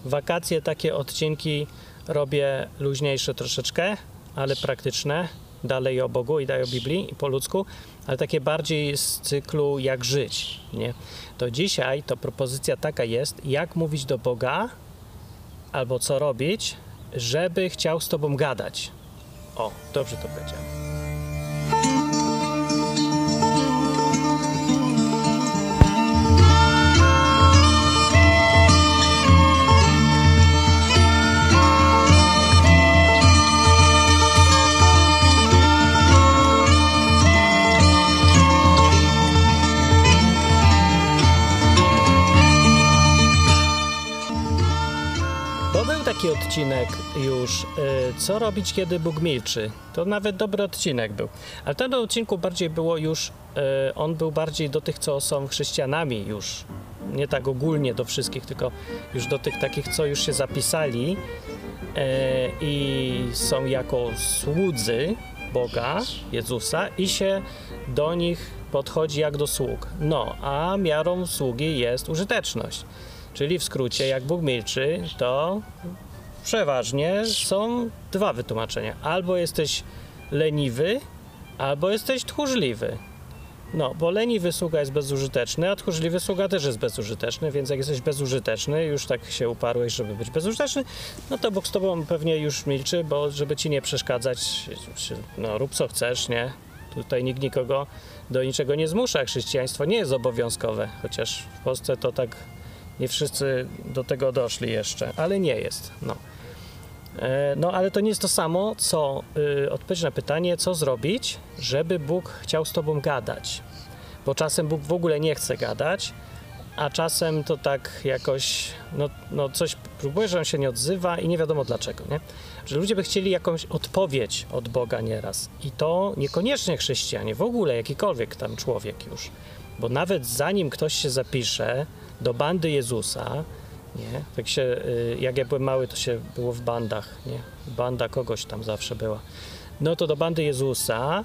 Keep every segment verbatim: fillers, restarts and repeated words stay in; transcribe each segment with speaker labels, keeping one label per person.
Speaker 1: wakacje takie odcinki robię luźniejsze troszeczkę, ale praktyczne, dalej o Bogu i dalej o Biblii i po ludzku, ale takie bardziej z cyklu jak żyć, nie? To dzisiaj to propozycja taka jest, jak mówić do Boga albo co robić, żeby chciał z tobą gadać. O, dobrze to powiedziałem. Taki odcinek już, y, co robić, kiedy Bóg milczy. To nawet dobry odcinek był. Ale ten odcinku bardziej było już, y, on był bardziej do tych, co są chrześcijanami już. Nie tak ogólnie do wszystkich, tylko już do tych takich, co już się zapisali y, i są jako słudzy Boga, Jezusa i się do nich podchodzi jak do sług. No, a miarą sługi jest użyteczność. Czyli w skrócie, jak Bóg milczy, to przeważnie są dwa wytłumaczenia. Albo jesteś leniwy, albo jesteś tchórzliwy. No, bo leniwy sługa jest bezużyteczny, a tchórzliwy sługa też jest bezużyteczny, więc jak jesteś bezużyteczny, już tak się uparłeś, żeby być bezużyteczny, no to Bóg z tobą pewnie już milczy, bo żeby ci nie przeszkadzać, no rób co chcesz, nie? Tutaj nikt nikogo do niczego nie zmusza. Chrześcijaństwo nie jest obowiązkowe, chociaż w Polsce to tak nie wszyscy do tego doszli jeszcze, ale nie jest. No, e, no ale to nie jest to samo, co y, odpowiedź na pytanie, co zrobić, żeby Bóg chciał z tobą gadać. Bo czasem Bóg w ogóle nie chce gadać, a czasem to tak jakoś, no, no coś próbuje, że on się nie odzywa i nie wiadomo dlaczego, nie? Że ludzie by chcieli jakąś odpowiedź od Boga nieraz. I to niekoniecznie chrześcijanie, w ogóle jakikolwiek tam człowiek już. Bo nawet zanim ktoś się zapisze do bandy Jezusa, nie? Tak się, jak ja byłem mały, to się było w bandach, nie? Banda kogoś tam zawsze była. No to do bandy Jezusa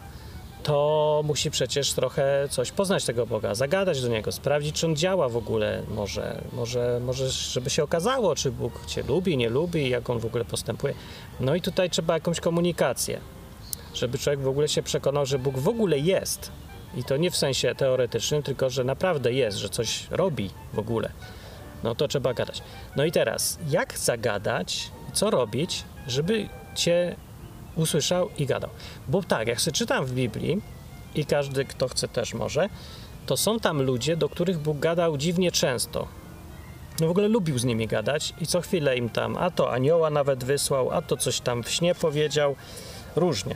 Speaker 1: to musi przecież trochę coś poznać tego Boga, zagadać do Niego, sprawdzić, czy On działa w ogóle, może, może, może żeby się okazało, czy Bóg cię lubi, nie lubi, jak On w ogóle postępuje. No i tutaj trzeba jakąś komunikację, żeby człowiek w ogóle się przekonał, że Bóg w ogóle jest. I to nie w sensie teoretycznym, tylko że naprawdę jest, że coś robi w ogóle. No to trzeba gadać. No i teraz, jak zagadać, co robić, żeby cię usłyszał i gadał? Bo tak, jak sobie czytam w Biblii i każdy, kto chce też może, to są tam ludzie, do których Bóg gadał dziwnie często. No w ogóle lubił z nimi gadać i co chwilę im tam, a to anioła nawet wysłał, a to coś tam w śnie powiedział, różnie.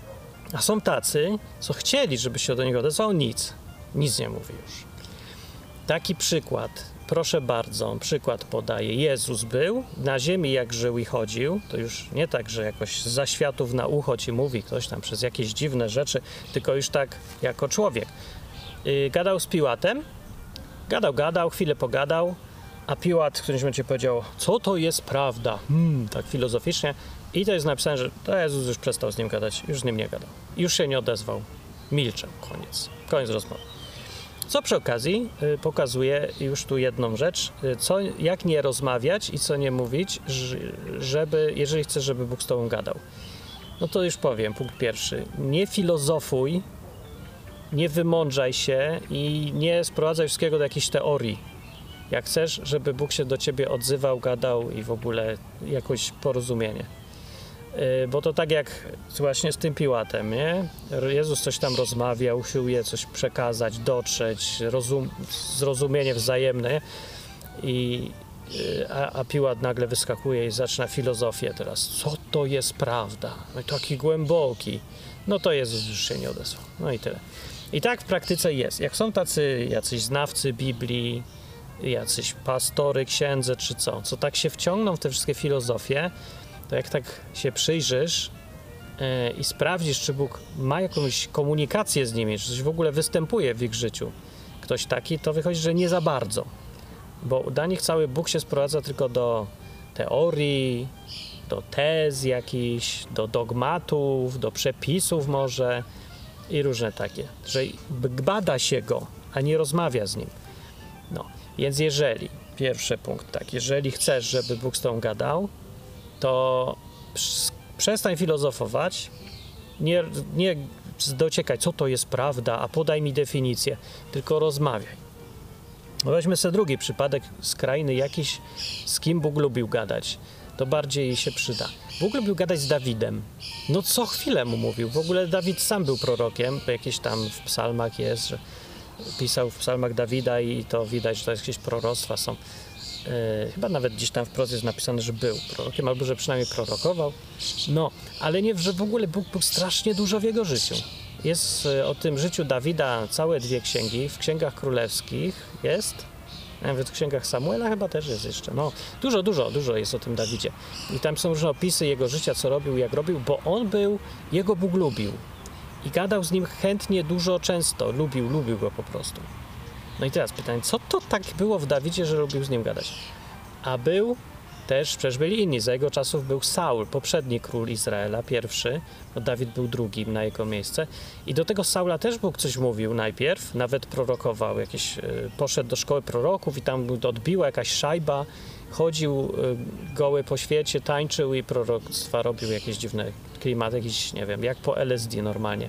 Speaker 1: A są tacy, co chcieli, żeby się do niego odezwał, nic. Nic nie mówi już. Taki przykład, proszę bardzo, przykład podaję. Jezus był na ziemi, jak żył i chodził. To już nie tak, że jakoś z zaświatów na ucho ci mówi ktoś tam przez jakieś dziwne rzeczy, tylko już tak jako człowiek. Yy, gadał z Piłatem, gadał, gadał, chwilę pogadał, a Piłat w którymś momencie powiedział, co to jest prawda? Hmm, tak filozoficznie. I to jest napisane, że to Jezus już przestał z nim gadać, już z nim nie gadał. Już się nie odezwał. Milczał. Koniec. Koniec rozmowy. Co przy okazji y, pokazuje już tu jedną rzecz, y, co, jak nie rozmawiać i co nie mówić, żeby, jeżeli chcesz, żeby Bóg z tobą gadał. No to już powiem, punkt pierwszy. Nie filozofuj, nie wymądrzaj się i nie sprowadzaj wszystkiego do jakiejś teorii. Jak chcesz, żeby Bóg się do ciebie odzywał, gadał i w ogóle jakoś porozumienie. Bo to tak jak właśnie z tym Piłatem, nie? Jezus coś tam rozmawiał, usiłuje coś przekazać, dotrzeć, rozum, zrozumienie wzajemne i, a, a Piłat nagle wyskakuje i zaczyna filozofię teraz. Co to jest prawda? No i taki głęboki. No to Jezus już się nie odezwał. No i tyle. I tak w praktyce jest. Jak są tacy jacyś znawcy Biblii, jacyś pastory, księdze czy co, co tak się wciągną w te wszystkie filozofie, to jak tak się przyjrzysz yy, i sprawdzisz, czy Bóg ma jakąś komunikację z nimi, czy coś w ogóle występuje w ich życiu, ktoś taki, to wychodzi, że nie za bardzo. Bo dla nich cały Bóg się sprowadza tylko do teorii, do tez jakichś, do dogmatów, do przepisów może i różne takie, że bada się Go, a nie rozmawia z Nim. No, więc jeżeli pierwszy punkt, tak, jeżeli chcesz, żeby Bóg z tobą gadał, to przestań filozofować, nie, nie dociekaj, co to jest prawda, a podaj mi definicję, tylko rozmawiaj. Weźmy sobie drugi przypadek skrajny jakiś, z kim Bóg lubił gadać. To bardziej się przyda. Bóg lubił gadać z Dawidem. No co chwilę mu mówił. W ogóle Dawid sam był prorokiem, jakieś tam w psalmach jest, że pisał w psalmach Dawida i to widać, że to jakieś proroctwa są. Yy, chyba nawet gdzieś tam wprost jest napisane, że był prorokiem, albo że przynajmniej prorokował. No, ale nie, że w ogóle Bóg był strasznie dużo w jego życiu. Jest yy, o tym życiu Dawida całe dwie księgi. W księgach królewskich jest, nawet w księgach Samuela chyba też jest jeszcze. No, dużo, dużo, dużo jest o tym Dawidzie. I tam są różne opisy jego życia, co robił, jak robił, bo on był, jego Bóg lubił. I gadał z nim chętnie, dużo, często. Lubił, lubił go po prostu. No i teraz pytanie, co to tak było w Dawidzie, że lubił z nim gadać? A był też, przecież byli inni. Za jego czasów był Saul, poprzedni król Izraela, pierwszy, bo Dawid był drugim na jego miejsce. I do tego Saula też Bóg coś mówił najpierw, nawet prorokował, jakieś, y, poszedł do szkoły proroków i tam odbiła jakaś szajba, chodził y, goły po świecie, tańczył i proroctwa robił, jakieś dziwne klimaty, jakieś, nie wiem, jak po L S D normalnie.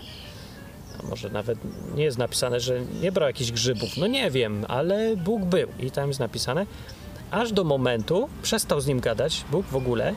Speaker 1: A może nawet nie jest napisane, że nie brał jakichś grzybów, no nie wiem, ale Bóg był i tam jest napisane. Aż do momentu przestał z nim gadać, Bóg w ogóle,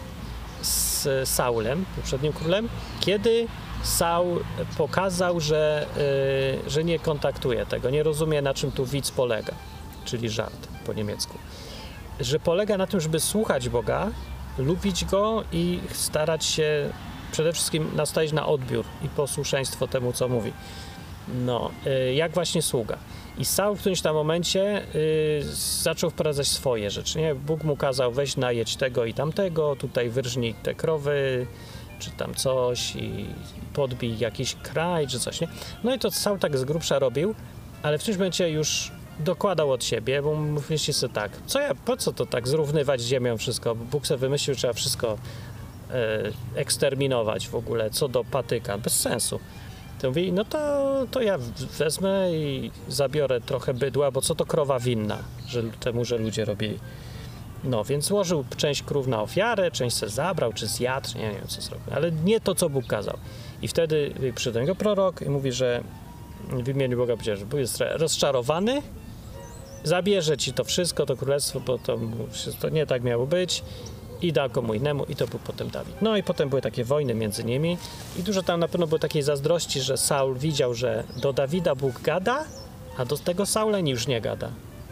Speaker 1: z Saulem, poprzednim królem, kiedy Saul pokazał, że, yy, że nie kontaktuje tego, nie rozumie, na czym tu widz polega, czyli żart po niemiecku. Że polega na tym, żeby słuchać Boga, lubić Go i starać się przede wszystkim nastawić na odbiór i posłuszeństwo temu, co mówi. No, yy, jak właśnie sługa. I Saul w którymś tam momencie yy, zaczął wprowadzać swoje rzeczy, nie? Bóg mu kazał weź najedź tego i tamtego, tutaj wyrżnij te krowy, czy tam coś i podbij jakiś kraj, czy coś, nie? No i to Saul tak z grubsza robił, ale w którymś momencie już dokładał od siebie, bo mówiliście sobie tak, co ja, po co to tak zrównywać z ziemią wszystko? Bóg sobie wymyślił, że trzeba wszystko yy, eksterminować w ogóle, co do patyka, bez sensu. To mówi, no to, to ja wezmę i zabiorę trochę bydła, bo co to krowa winna, że temu, że ludzie robili. No, więc złożył część krów na ofiarę, część se zabrał, czy zjadł, nie, nie wiem co zrobił, ale nie to, co Bóg kazał. I wtedy przyszedł do niego prorok i mówi, że w imieniu Boga powiedział, że Bóg jest rozczarowany, zabierze ci to wszystko, to królestwo, bo to, to nie tak miało być. I dał komu innemu i to był potem Dawid. No i potem były takie wojny między nimi i dużo tam na pewno było takiej zazdrości, że Saul widział, że do Dawida Bóg gada, a do tego Saula już nie gada.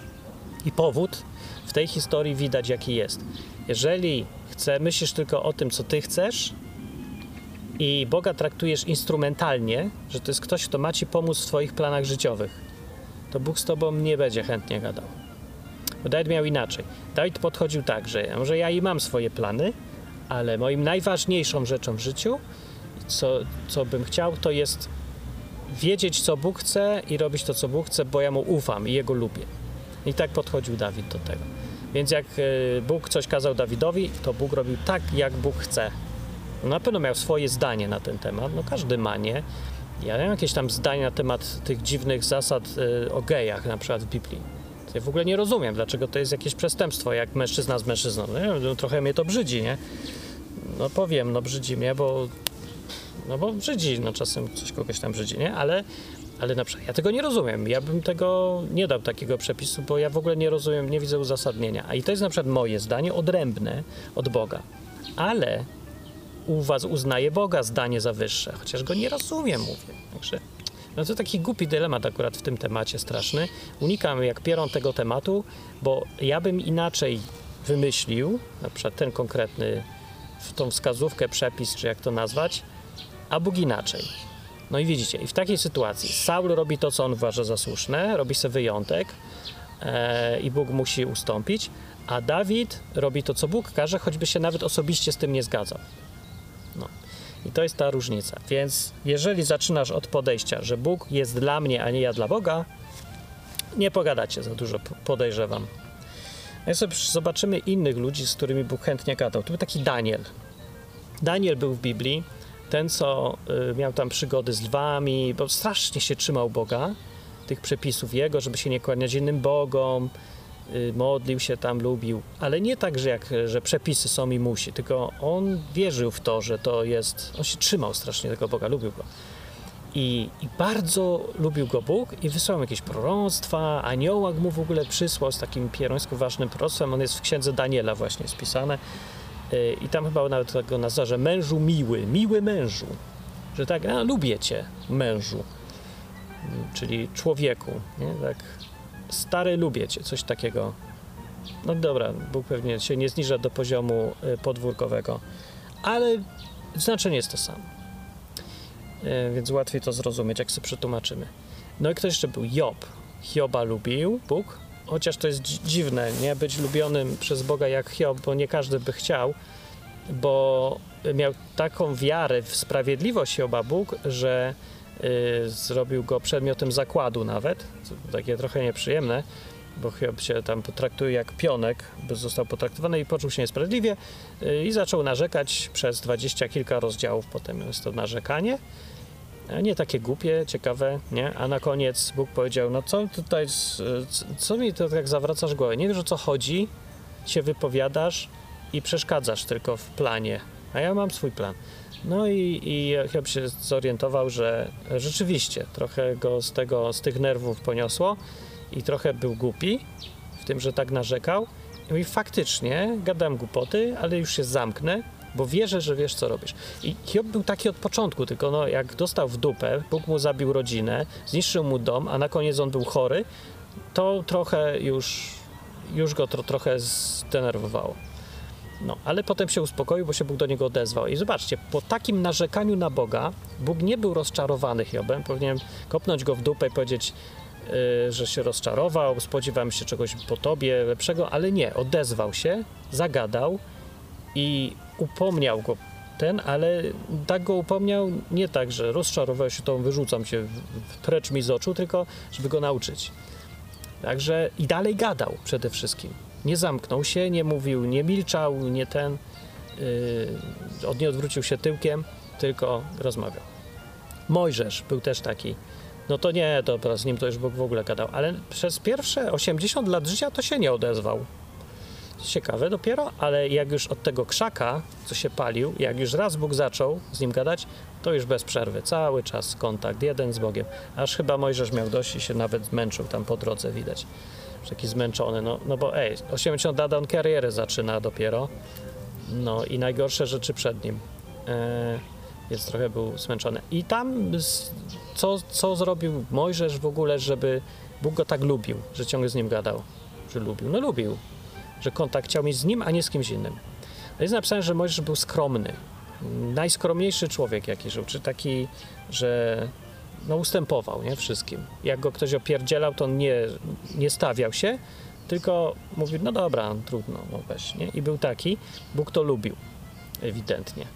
Speaker 1: I powód w tej historii widać jaki jest. Jeżeli chce, myślisz tylko o tym, co ty chcesz i Boga traktujesz instrumentalnie, że to jest ktoś, kto ma ci pomóc w twoich planach życiowych, to Bóg z tobą nie będzie chętnie gadał. Bo Dawid miał inaczej. Dawid podchodził tak, że może ja i mam swoje plany, ale moim najważniejszą rzeczą w życiu, co, co bym chciał, to jest wiedzieć, co Bóg chce i robić to, co Bóg chce, bo ja mu ufam i jego lubię. I tak podchodził Dawid do tego. Więc jak Bóg coś kazał Dawidowi, to Bóg robił tak, jak Bóg chce. No na pewno miał swoje zdanie na ten temat, no każdy ma, nie? Ja mam jakieś tam zdanie na temat tych dziwnych zasad o gejach, na przykład w Biblii. Ja w ogóle nie rozumiem, dlaczego to jest jakieś przestępstwo, jak mężczyzna z mężczyzną. No, no, trochę mnie to brzydzi, nie? No powiem, no brzydzi mnie, bo no bo brzydzi, no czasem coś kogoś tam brzydzi, nie? Ale, ale na przykład ja tego nie rozumiem. Ja bym tego nie dał takiego przepisu, bo ja w ogóle nie rozumiem, nie widzę uzasadnienia. A i to jest na przykład moje zdanie, odrębne od Boga. Ale u was uznaje Boga zdanie za wyższe, chociaż go nie rozumiem, mówię. Także no to taki głupi dylemat akurat w tym temacie straszny. Unikam jak pieron tego tematu, bo ja bym inaczej wymyślił, na przykład ten konkretny, w tą wskazówkę, przepis, czy jak to nazwać, a Bóg inaczej. No i widzicie, i w takiej sytuacji Saul robi to, co on uważa za słuszne, robi sobie wyjątek e, i Bóg musi ustąpić, a Dawid robi to, co Bóg każe, choćby się nawet osobiście z tym nie zgadzał. No. I to jest ta różnica. Więc jeżeli zaczynasz od podejścia, że Bóg jest dla mnie, a nie ja dla Boga, nie pogadacie za dużo, podejrzewam. Jak sobie zobaczymy innych ludzi, z którymi Bóg chętnie gadał. To był taki Daniel. Daniel był w Biblii, ten, co y, miał tam przygody z lwami, bo strasznie się trzymał Boga, tych przepisów Jego, żeby się nie kłaniać innym bogom, y, modlił się tam, lubił, ale nie tak, że, jak, że przepisy są i musi, tylko on wierzył w to, że to jest, on się trzymał strasznie tego Boga, lubił go. I, I bardzo lubił go Bóg i wysłał jakieś proroctwa, aniołak mu w ogóle przysłał z takim pierońsko ważnym proroctwem, on jest w księdze Daniela właśnie spisane yy, i tam chyba nawet tego nazywa, że mężu miły, miły mężu, że tak, a, lubię cię mężu, yy, czyli człowieku, nie? Tak, stary lubię cię, coś takiego. No dobra, Bóg pewnie się nie zniża do poziomu yy, podwórkowego, ale znaczenie jest to samo. Więc łatwiej to zrozumieć, jak sobie przetłumaczymy. No i kto jeszcze był? Job. Hioba lubił Bóg, chociaż to jest dziwne, nie? Być lubionym przez Boga jak Hiob, bo nie każdy by chciał, bo miał taką wiarę w sprawiedliwość Hioba Bóg, że y, zrobił go przedmiotem zakładu nawet, takie trochę nieprzyjemne, bo Hiob się tam potraktuje jak pionek, bo został potraktowany i poczuł się niesprawiedliwie y, i zaczął narzekać przez dwadzieścia kilka rozdziałów, potem jest to narzekanie. Nie takie głupie, ciekawe, nie? A na koniec Bóg powiedział, no co tutaj, co mi to tak zawracasz głowę? Nie wiesz, o co chodzi, się wypowiadasz i przeszkadzasz tylko w planie, a ja mam swój plan. No i, i Hiob się zorientował, że rzeczywiście trochę go z tego, z tych nerwów poniosło i trochę był głupi w tym, że tak narzekał. I faktycznie gadam głupoty, ale już się zamknę, bo wierzę, że wiesz, co robisz. I Hiob był taki od początku, tylko no, jak dostał w dupę, Bóg mu zabił rodzinę, zniszczył mu dom, a na koniec on był chory, to trochę już, już go tro, trochę zdenerwowało. No, ale potem się uspokoił, bo się Bóg do niego odezwał. I zobaczcie, po takim narzekaniu na Boga, Bóg nie był rozczarowany Hiobem, powinien kopnąć go w dupę i powiedzieć, yy, że się rozczarował, spodziewałem się czegoś po tobie lepszego, ale nie, odezwał się, zagadał i upomniał go ten, ale tak go upomniał nie tak, że rozczarował się, to wyrzucam się precz mi z oczu, tylko żeby go nauczyć. Także i dalej gadał przede wszystkim. Nie zamknął się, nie mówił, nie milczał, nie ten, yy, od nie odwrócił się tyłkiem, tylko rozmawiał. Mojżesz był też taki. No to nie, dobra, z nim to już Bóg w ogóle gadał, ale przez pierwsze osiemdziesiąt lat życia to się nie odezwał. Ciekawe dopiero, ale jak już od tego krzaka, co się palił, jak już raz Bóg zaczął z nim gadać, to już bez przerwy, cały czas kontakt, jeden z Bogiem. Aż chyba Mojżesz miał dość i się nawet zmęczył tam po drodze, widać. Taki zmęczony, no, no bo ej, osiemdziesiąt lat on karierę zaczyna dopiero, no i najgorsze rzeczy przed nim, e, więc trochę był zmęczony. I tam co, co zrobił Mojżesz w ogóle, żeby Bóg go tak lubił, że ciągle z nim gadał, że lubił, no lubił. Że kontakt chciał mieć z nim, a nie z kimś innym. Jest napisane, że Mojżesz był skromny. Najskromniejszy człowiek, jaki żył. Czy taki, że no, ustępował, nie? Wszystkim. Jak go ktoś opierdzielał, to on nie, nie stawiał się, tylko mówił, no dobra, trudno, no weź, nie? I był taki. Bóg to lubił, ewidentnie.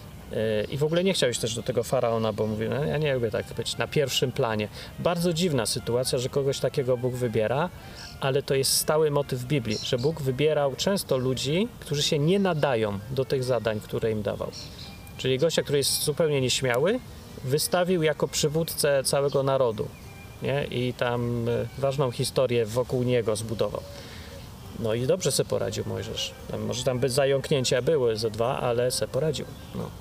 Speaker 1: I w ogóle nie chciał iść też do tego faraona, bo mówił, no ja nie lubię tak być na pierwszym planie. Bardzo dziwna sytuacja, że kogoś takiego Bóg wybiera, ale to jest stały motyw w Biblii, że Bóg wybierał często ludzi, którzy się nie nadają do tych zadań, które im dawał. Czyli gościa, który jest zupełnie nieśmiały, wystawił jako przywódcę całego narodu, nie? I tam y, ważną historię wokół niego zbudował. No i dobrze se poradził Mojżesz. Tam, może tam by zająknięcia były ze dwa, ale se poradził. No.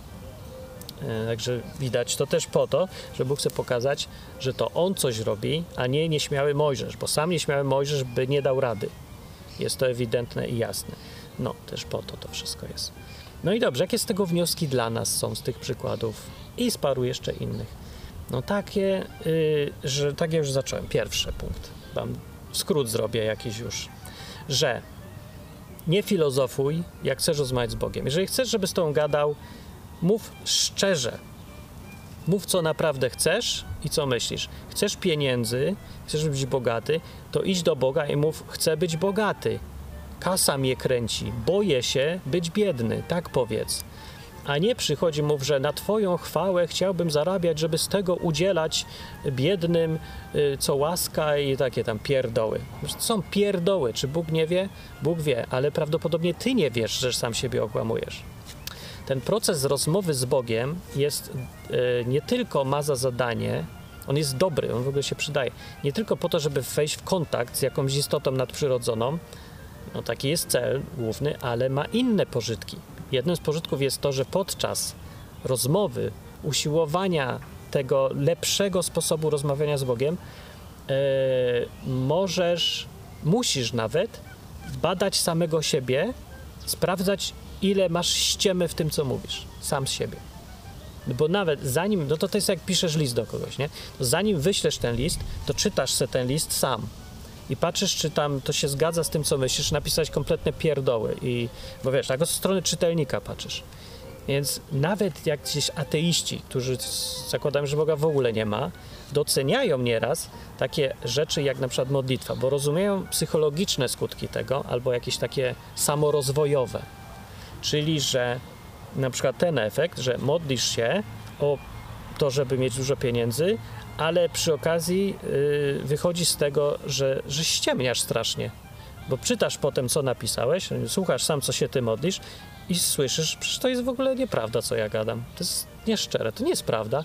Speaker 1: E, także widać to też po to, że Bóg chce pokazać, że to On coś robi, a nie nieśmiały Mojżesz, bo sam nieśmiały Mojżesz by nie dał rady. Jest to ewidentne i jasne. No, też po to to wszystko jest. No i dobrze, jakie z tego wnioski dla nas są z tych przykładów i z paru jeszcze innych? No takie, yy, że tak ja już zacząłem. Pierwszy punkt. Wam skrót zrobię jakiś już. Że nie filozofuj, jak chcesz rozmawiać z Bogiem. Jeżeli chcesz, żeby z tobą gadał, mów szczerze. Mów, co naprawdę chcesz i co myślisz. Chcesz pieniędzy, chcesz być bogaty, to idź do Boga i mów, chcę być bogaty. Kasa mnie kręci, boję się być biedny, tak powiedz. A nie przychodzi, mów, że na twoją chwałę chciałbym zarabiać, żeby z tego udzielać biednym, y, co łaska i takie tam pierdoły. To są pierdoły. Czy Bóg nie wie? Bóg wie, ale prawdopodobnie ty nie wiesz, że sam siebie okłamujesz. Ten proces rozmowy z Bogiem jest y, nie tylko ma za zadanie, On jest dobry, on w ogóle się przydaje. Nie tylko po to, żeby wejść w kontakt z jakąś istotą nadprzyrodzoną, no taki jest cel główny, ale ma inne pożytki. Jednym z pożytków jest to, że podczas rozmowy, usiłowania tego lepszego sposobu rozmawiania z Bogiem, yy, możesz, musisz nawet badać samego siebie, sprawdzać, ile masz ściemy w tym, co mówisz, sam z siebie. Bo nawet zanim, no to to jest jak piszesz list do kogoś, nie? To zanim wyślesz ten list, to czytasz se ten list sam i patrzysz, czy tam to się zgadza z tym, co myślisz, napisać kompletne pierdoły i, bo wiesz, tak od strony czytelnika patrzysz. Więc nawet jak gdzieś ateiści, którzy zakładają, że Boga w ogóle nie ma, doceniają nieraz takie rzeczy jak na przykład modlitwa, bo rozumieją psychologiczne skutki tego albo jakieś takie samorozwojowe. Czyli, że na przykład ten efekt, że modlisz się o to, żeby mieć dużo pieniędzy, ale przy okazji yy, wychodzi z tego, że, że ściemniasz strasznie, bo czytasz potem, co napisałeś, słuchasz sam, co się ty modlisz i słyszysz, przecież to jest w ogóle nieprawda, co ja gadam. To jest nieszczere, to nie jest prawda.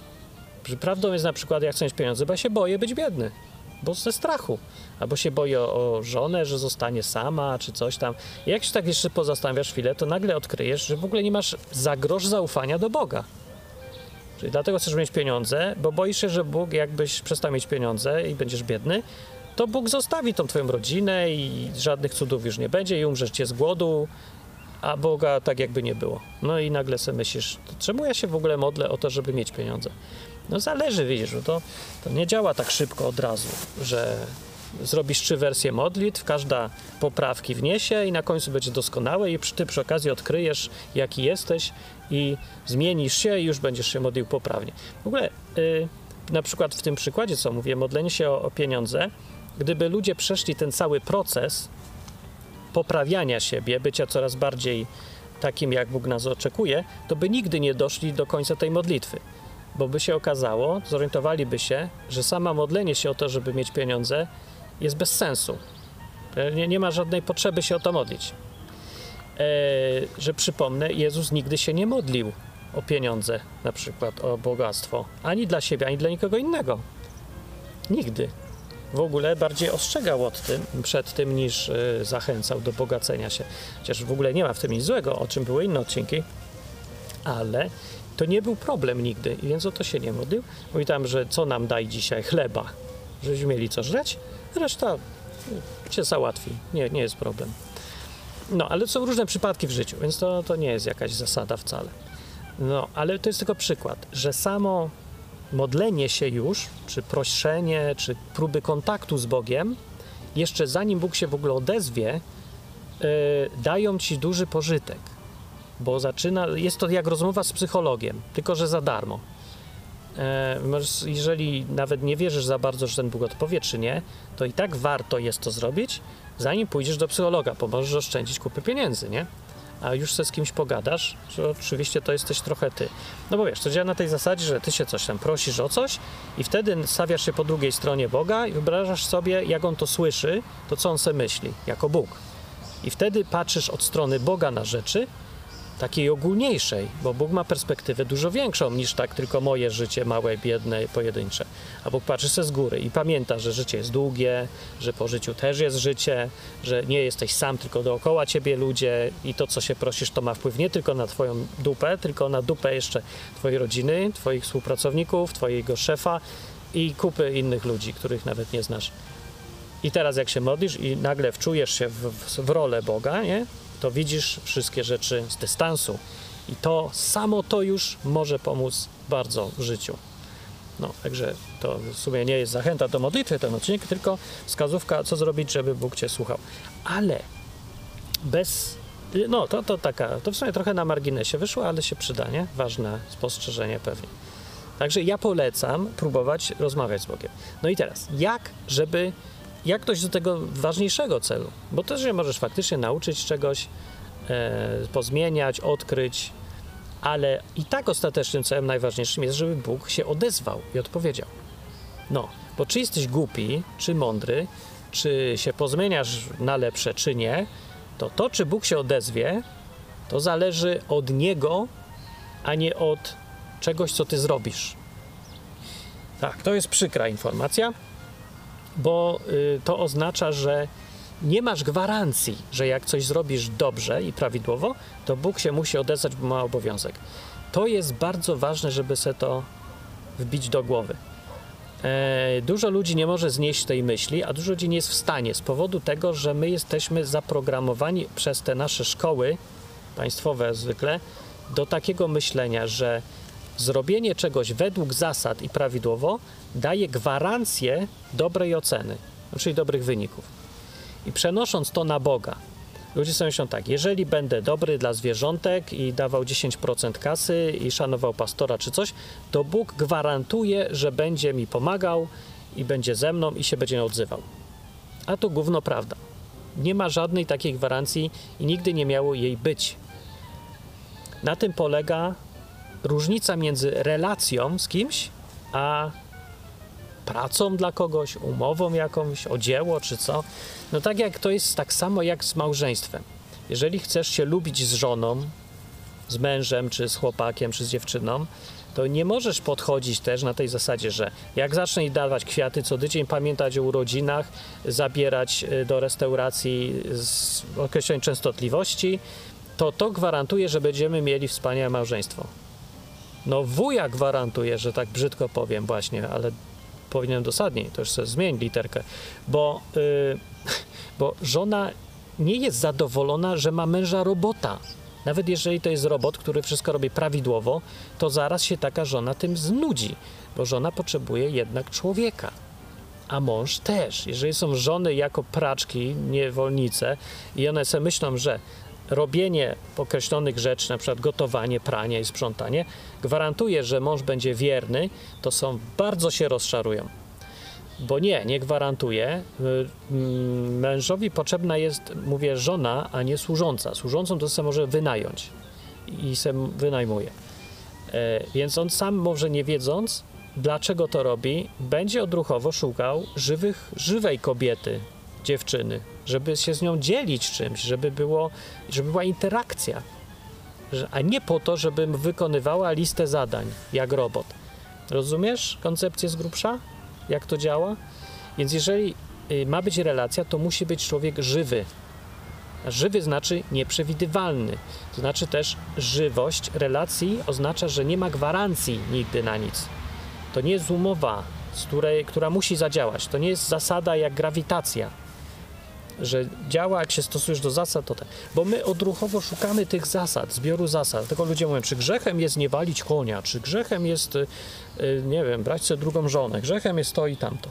Speaker 1: Prawdą jest na przykład, jak chcę mieć pieniądze, bo ja się boję być biedny, bo ze strachu. Albo się boję o, o żonę, że zostanie sama, czy coś tam. I jak się tak jeszcze pozastanawiasz chwilę, to nagle odkryjesz, że w ogóle nie masz za grosz zaufania do Boga. Czyli dlatego chcesz mieć pieniądze, bo boisz się, że Bóg, jakbyś przestał mieć pieniądze i będziesz biedny, to Bóg zostawi tą twoją rodzinę i żadnych cudów już nie będzie i umrzesz cię z głodu, a Boga tak jakby nie było. No i nagle sobie myślisz, to czemu ja się w ogóle modlę o to, żeby mieć pieniądze? No zależy, widzisz, bo to, to nie działa tak szybko od razu, że zrobisz trzy wersje modlitw, każda poprawki wniesie i na końcu będzie doskonałe i ty przy okazji odkryjesz, jaki jesteś i zmienisz się i już będziesz się modlił poprawnie. W ogóle yy, na przykład w tym przykładzie, co mówię, modlenie się o, o pieniądze, gdyby ludzie przeszli ten cały proces poprawiania siebie, bycia coraz bardziej takim, jak Bóg nas oczekuje, to by nigdy nie doszli do końca tej modlitwy. Bo by się okazało, zorientowaliby się, że sama modlenie się o to, żeby mieć pieniądze, jest bez sensu. Nie, nie ma żadnej potrzeby się o to modlić. E, że przypomnę, Jezus nigdy się nie modlił o pieniądze, na przykład o bogactwo, ani dla siebie, ani dla nikogo innego. Nigdy. W ogóle bardziej ostrzegał od tym, przed tym, niż y, zachęcał do bogacenia się. Chociaż w ogóle nie ma w tym nic złego, o czym były inne odcinki, ale to nie był problem nigdy, i więc o to się nie modlił. Mówi tam, że co nam daj dzisiaj? Chleba, żebyśmy mieli co żreć, reszta się załatwi, nie, nie jest problem. No, ale są różne przypadki w życiu, więc to, to nie jest jakaś zasada wcale. No, ale to jest tylko przykład, że samo modlenie się już, czy proszenie, czy próby kontaktu z Bogiem, jeszcze zanim Bóg się w ogóle odezwie, yy, dają ci duży pożytek. Bo zaczyna, jest to jak rozmowa z psychologiem, tylko że za darmo. Yy, jeżeli nawet nie wierzysz za bardzo, że ten Bóg odpowie, czy nie, to i tak warto jest to zrobić, zanim pójdziesz do psychologa, bo możesz oszczędzić kupy pieniędzy, nie? A już se z kimś pogadasz, że oczywiście to jesteś trochę ty. No bo wiesz, to działa na tej zasadzie, że ty się coś tam prosisz o coś i wtedy stawiasz się po drugiej stronie Boga i wyobrażasz sobie, jak on to słyszy, to co on se myśli, jako Bóg. I wtedy patrzysz od strony Boga na rzeczy, takiej ogólniejszej, bo Bóg ma perspektywę dużo większą niż tak tylko moje życie małe, biedne, pojedyncze. A Bóg patrzy se z góry i pamięta, że życie jest długie, że po życiu też jest życie, że nie jesteś sam, tylko dookoła ciebie ludzie i to, co się prosisz, to ma wpływ nie tylko na twoją dupę, tylko na dupę jeszcze twojej rodziny, twoich współpracowników, twojego szefa i kupy innych ludzi, których nawet nie znasz. I teraz jak się modlisz i nagle wczujesz się w, w, w rolę Boga, nie? To widzisz wszystkie rzeczy z dystansu i to samo to już może pomóc bardzo w życiu. No, także to w sumie nie jest zachęta do modlitwy ten odcinek, tylko wskazówka, co zrobić, żeby Bóg cię słuchał. Ale bez, no to, to taka, to w sumie trochę na marginesie wyszło, ale się przyda, nie? Ważne spostrzeżenie pewnie. Także ja polecam próbować rozmawiać z Bogiem. No i teraz, jak, żeby jak dojść do tego ważniejszego celu? Bo też się możesz faktycznie nauczyć czegoś, e, pozmieniać, odkryć, ale i tak ostatecznym celem najważniejszym jest, żeby Bóg się odezwał i odpowiedział. No, bo czy jesteś głupi, czy mądry, czy się pozmieniasz na lepsze, czy nie, to to, czy Bóg się odezwie, to zależy od Niego, a nie od czegoś, co ty zrobisz. Tak, to jest przykra informacja, bo y, to oznacza, że nie masz gwarancji, że jak coś zrobisz dobrze i prawidłowo, to Bóg się musi odezwać, bo ma obowiązek. To jest bardzo ważne, żeby sobie to wbić do głowy. E, dużo ludzi nie może znieść tej myśli, a dużo ludzi nie jest w stanie z powodu tego, że my jesteśmy zaprogramowani przez te nasze szkoły państwowe zwykle do takiego myślenia, że zrobienie czegoś według zasad i prawidłowo daje gwarancję dobrej oceny, czyli dobrych wyników. I przenosząc to na Boga, ludzie sobie myślą tak, jeżeli będę dobry dla zwierzątek i dawał dziesięć procent kasy i szanował pastora czy coś, to Bóg gwarantuje, że będzie mi pomagał i będzie ze mną i się będzie odzywał. A to gówno prawda. Nie ma żadnej takiej gwarancji i nigdy nie miało jej być. Na tym polega różnica między relacją z kimś, a pracą dla kogoś, umową jakąś, o dzieło czy co. No tak jak to jest tak samo jak z małżeństwem. Jeżeli chcesz się lubić z żoną, z mężem, czy z chłopakiem, czy z dziewczyną, to nie możesz podchodzić też na tej zasadzie, że jak zacznę jej dawać kwiaty co tydzień, pamiętać o urodzinach, zabierać do restauracji z określonej częstotliwości, to to gwarantuje, że będziemy mieli wspaniałe małżeństwo. No wuja gwarantuje, że tak brzydko powiem właśnie, ale powinienem dosadniej, to już sobie zmień literkę, bo, yy, bo żona nie jest zadowolona, że ma męża robota. Nawet jeżeli to jest robot, który wszystko robi prawidłowo, to zaraz się taka żona tym znudzi, bo żona potrzebuje jednak człowieka, a mąż też. Jeżeli są żony jako praczki, niewolnice i one sobie myślą, że robienie określonych rzeczy, na przykład gotowanie, pranie i sprzątanie, gwarantuje, że mąż będzie wierny, to są bardzo się rozczarują. Bo nie, nie gwarantuje. Mężowi potrzebna jest, mówię, żona, a nie służąca. Służącą to sobie może wynająć i se wynajmuje. E, więc on sam, może nie wiedząc, dlaczego to robi, będzie odruchowo szukał żywych, żywej kobiety, dziewczyny, żeby się z nią dzielić czymś, żeby było, żeby była interakcja, a nie po to, żeby wykonywała listę zadań, jak robot. Rozumiesz koncepcję z grubsza? Jak to działa? Więc jeżeli ma być relacja, to musi być człowiek żywy. A żywy znaczy nieprzewidywalny. To znaczy też żywość relacji oznacza, że nie ma gwarancji nigdy na nic. To nie jest umowa, z której, która musi zadziałać. To nie jest zasada jak grawitacja, że działa, jak się stosujesz do zasad, to tak. Bo my odruchowo szukamy tych zasad, zbioru zasad. Tylko ludzie mówią, czy grzechem jest nie walić konia, czy grzechem jest, yy, nie wiem, brać sobie drugą żonę, grzechem jest to i tamto.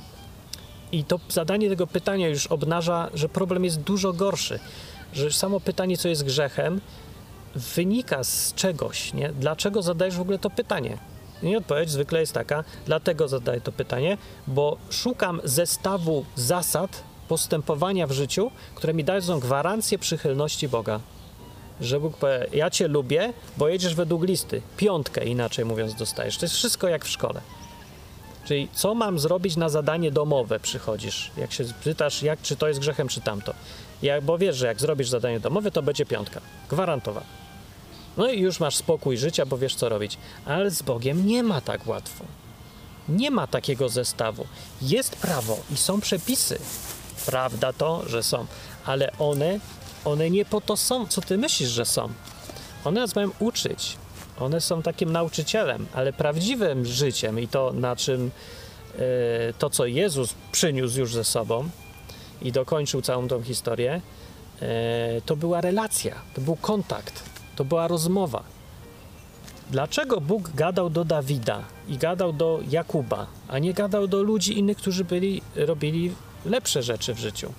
Speaker 1: I to zadanie tego pytania już obnaża, że problem jest dużo gorszy. Że samo pytanie, co jest grzechem, wynika z czegoś, nie? Dlaczego zadajesz w ogóle to pytanie? I odpowiedź zwykle jest taka, dlatego zadaję to pytanie, bo szukam zestawu zasad postępowania w życiu, które mi dają gwarancję przychylności Boga. Że Bóg powie, ja cię lubię, bo jedziesz według listy. Piątkę, inaczej mówiąc, dostajesz. To jest wszystko jak w szkole. Czyli co mam zrobić na zadanie domowe przychodzisz, jak się pytasz, jak, czy to jest grzechem, czy tamto. Jak, bo wiesz, że jak zrobisz zadanie domowe, to będzie piątka. Gwarantowana. No i już masz spokój życia, bo wiesz, co robić. Ale z Bogiem nie ma tak łatwo. Nie ma takiego zestawu. Jest prawo i są przepisy. Prawda to, że są. Ale one, one nie po to są, co ty myślisz, że są. One nas mają uczyć. One są takim nauczycielem, ale prawdziwym życiem i to, na czym y, to, co Jezus przyniósł już ze sobą i dokończył całą tą historię, y, to była relacja, to był kontakt, to była rozmowa. Dlaczego Bóg gadał do Dawida i gadał do Jakuba, a nie gadał do ludzi innych, którzy byli, robili lepsze rzeczy w życiu?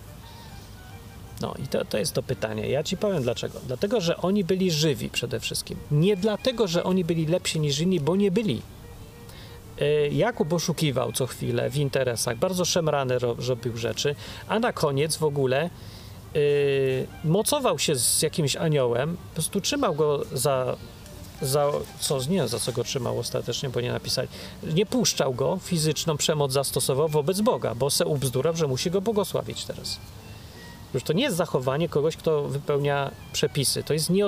Speaker 1: No i to, to jest to pytanie. Ja ci powiem dlaczego. Dlatego, że oni byli żywi przede wszystkim. Nie dlatego, że oni byli lepsi niż inni, bo nie byli. Jakub oszukiwał co chwilę w interesach, bardzo szemrany robił rzeczy, a na koniec w ogóle yy, mocował się z jakimś aniołem, po prostu trzymał go za, za co, nie wiem za co go trzymał ostatecznie, bo nie napisali, nie puszczał go, fizyczną przemoc zastosował wobec Boga, bo se ubzdurał, że musi go błogosławić teraz. Już to nie jest zachowanie kogoś, kto wypełnia przepisy. To jest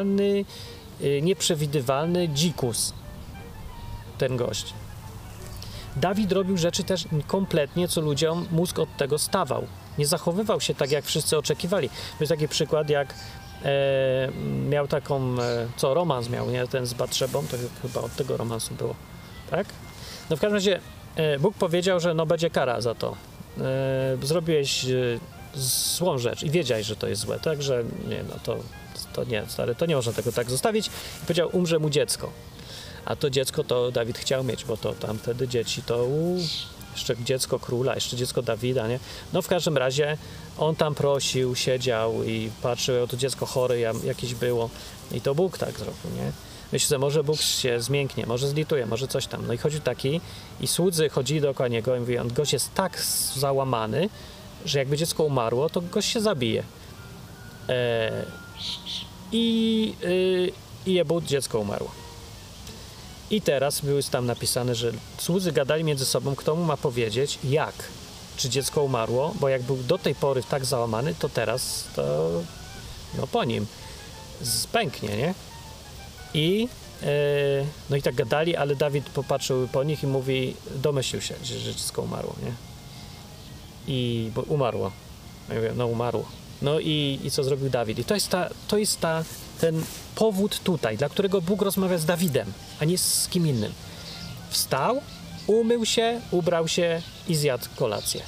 Speaker 1: nieodpowiedzialny, yy, nieprzewidywalny dzikus, ten gość. Dawid robił rzeczy też kompletnie, co ludziom mózg od tego stawał. Nie zachowywał się tak, jak wszyscy oczekiwali. To jest taki przykład, jak e, miał taką, e, co romans miał, nie? Ten z Batszebą, to chyba od tego romansu było, tak? No w każdym razie e, Bóg powiedział, że no będzie kara za to. E, zrobiłeś e, złą rzecz i wiedziałeś, że to jest złe, także nie, no to, to nie, stary, to nie można tego tak zostawić. I powiedział, umrze mu dziecko. A to dziecko to Dawid chciał mieć, bo to tam wtedy dzieci to u, jeszcze dziecko króla, jeszcze dziecko Dawida, nie? No w każdym razie on tam prosił, siedział i patrzył, o to dziecko chore jakieś było i to Bóg tak zrobił, nie? Myślę, że może Bóg się zmięknie, może zlituje, może coś tam. No i chodził taki i słudzy chodzili dookoła niego i mówili, on gość jest tak załamany, że jakby dziecko umarło, to gość się zabije. Eee, I yy, i jebut, dziecko umarło. I teraz były tam napisane, że słudzy gadali między sobą, kto mu ma powiedzieć, jak, czy dziecko umarło, bo jak był do tej pory tak załamany, to teraz to no po nim spęknie, nie? I yy, no i tak gadali, ale Dawid popatrzył po nich i mówi, domyślił się, że, że dziecko umarło, nie? I bo umarło. Ja mówię, no umarło. No i, i co zrobił Dawid? I to jest, ta, to jest ta, ten powód tutaj, dla którego Bóg rozmawia z Dawidem, a nie z kim innym. Wstał, umył się, ubrał się i zjadł kolację.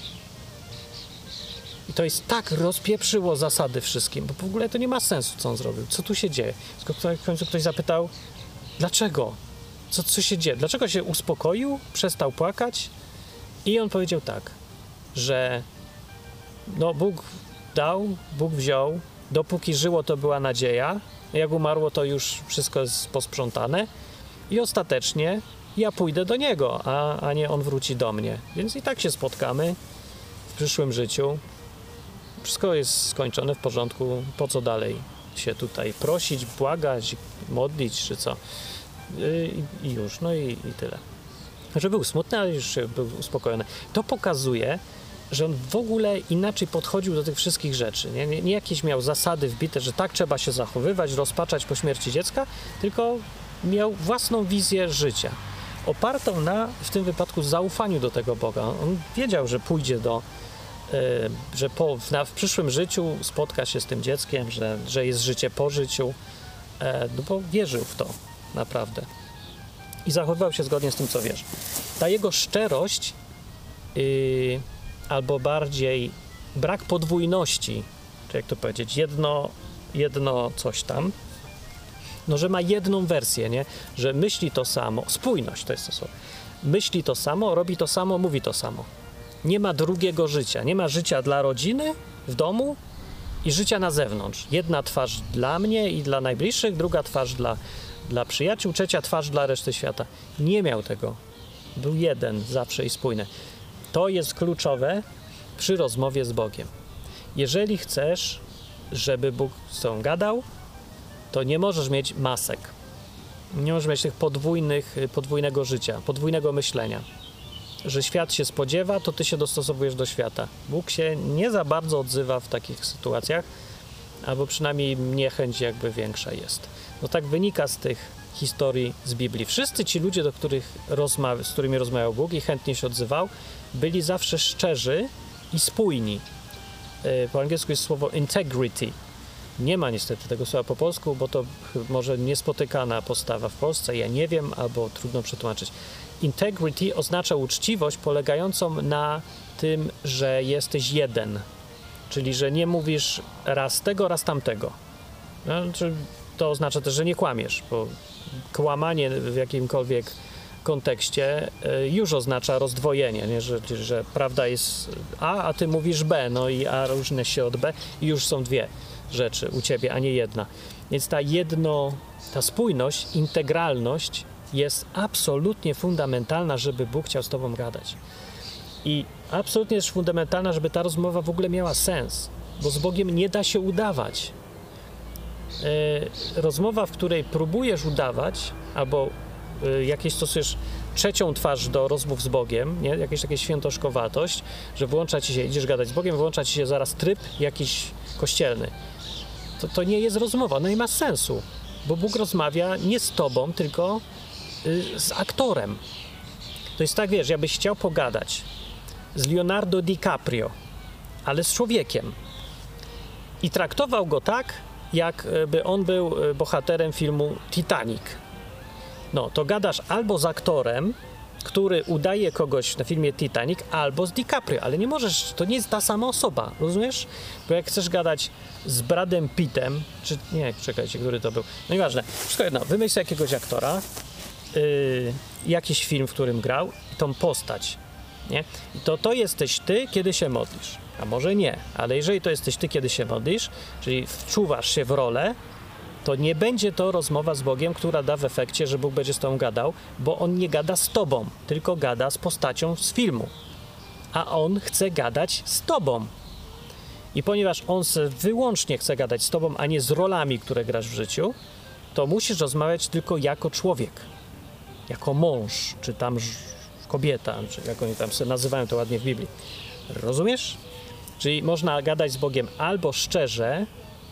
Speaker 1: I to jest tak rozpieprzyło zasady wszystkim, bo w ogóle to nie ma sensu, co on zrobił. Co tu się dzieje? W końcu ktoś zapytał, dlaczego? Co, co się dzieje? Dlaczego się uspokoił? Przestał płakać? I on powiedział tak, że no Bóg dał, Bóg wziął, dopóki żyło, to była nadzieja, jak umarło, to już wszystko jest posprzątane i ostatecznie ja pójdę do Niego, a, a nie On wróci do mnie. Więc i tak się spotkamy w przyszłym życiu. Wszystko jest skończone, w porządku. Po co dalej się tutaj prosić, błagać, modlić, czy co? I, i już, no i, i tyle. Że był smutny, ale już był uspokojony. To pokazuje, że on w ogóle inaczej podchodził do tych wszystkich rzeczy. Nie, nie, nie jakieś miał zasady wbite, że tak trzeba się zachowywać, rozpaczać po śmierci dziecka, tylko miał własną wizję życia. Opartą na, w tym wypadku, zaufaniu do tego Boga. On wiedział, że pójdzie do, yy, że po, w, na, w przyszłym życiu spotka się z tym dzieckiem, że, że jest życie po życiu, yy, no bo wierzył w to naprawdę. I zachowywał się zgodnie z tym, co wierzy. Ta jego szczerość yy, albo bardziej brak podwójności, czy jak to powiedzieć, jedno, jedno coś tam, no, że ma jedną wersję, nie? Że myśli to samo, spójność to jest to słowo, myśli to samo, robi to samo, mówi to samo. Nie ma drugiego życia, nie ma życia dla rodziny w domu i życia na zewnątrz. Jedna twarz dla mnie i dla najbliższych, druga twarz dla, dla przyjaciół, trzecia twarz dla reszty świata. Nie miał tego. Był jeden zawsze i spójny. To jest kluczowe przy rozmowie z Bogiem. Jeżeli chcesz, żeby Bóg z tobą gadał, to nie możesz mieć masek. Nie możesz mieć tych podwójnych, podwójnego życia, podwójnego myślenia. Że świat się spodziewa, to ty się dostosowujesz do świata. Bóg się nie za bardzo odzywa w takich sytuacjach, albo przynajmniej niechęć jakby większa jest. No tak wynika z tych historii z Biblii. Wszyscy ci ludzie, do których rozma- z którymi rozmawiał Bóg i chętnie się odzywał, byli zawsze szczerzy i spójni. Po angielsku jest słowo integrity. Nie ma niestety tego słowa po polsku, bo to może niespotykana postawa w Polsce. Ja nie wiem, albo trudno przetłumaczyć. Integrity oznacza uczciwość polegającą na tym, że jesteś jeden. Czyli, że nie mówisz raz tego, raz tamtego. No, to oznacza też, że nie kłamiesz, bo kłamanie w jakimkolwiek kontekście już oznacza rozdwojenie, nie? Że, że prawda jest A, a ty mówisz B, no i A różni się od B i już są dwie rzeczy u ciebie, a nie jedna. Więc ta jedno, ta spójność, integralność jest absolutnie fundamentalna, żeby Bóg chciał z tobą gadać. I absolutnie jest fundamentalna, żeby ta rozmowa w ogóle miała sens, bo z Bogiem nie da się udawać. Yy, rozmowa, w której próbujesz udawać, albo yy, jakieś stosujesz trzecią twarz do rozmów z Bogiem, nie? Jakieś takie świętoszkowatość, że włącza ci się, idziesz gadać z Bogiem, włącza ci się zaraz tryb jakiś kościelny. To, to nie jest rozmowa, no i ma sensu, bo Bóg rozmawia nie z tobą, tylko yy, z aktorem. To jest tak, wiesz, jakbyś chciał pogadać z Leonardo DiCaprio, ale z człowiekiem. I traktował go tak, jakby on był bohaterem filmu Titanic. No, to gadasz albo z aktorem, który udaje kogoś na filmie Titanic, albo z DiCaprio, ale nie możesz, to nie jest ta sama osoba, rozumiesz? Bo jak chcesz gadać z Bradem Pittem, czy nie, czekajcie, który to był, no nieważne, wszystko jedno, wymyśl sobie jakiegoś aktora, yy, jakiś film, w którym grał, i tą postać, nie? I to to jesteś ty, kiedy się modlisz, a może nie, ale jeżeli to jesteś ty, kiedy się modlisz, czyli wczuwasz się w rolę, to nie będzie to rozmowa z Bogiem, która da w efekcie, że Bóg będzie z tobą gadał, bo On nie gada z tobą, tylko gada z postacią z filmu. A On chce gadać z tobą. I ponieważ On wyłącznie chce gadać z tobą, a nie z rolami, które grasz w życiu, to musisz rozmawiać tylko jako człowiek. Jako mąż, czy tam kobieta, czy jak oni tam sobie nazywają to ładnie w Biblii. Rozumiesz? Czyli można gadać z Bogiem albo szczerze,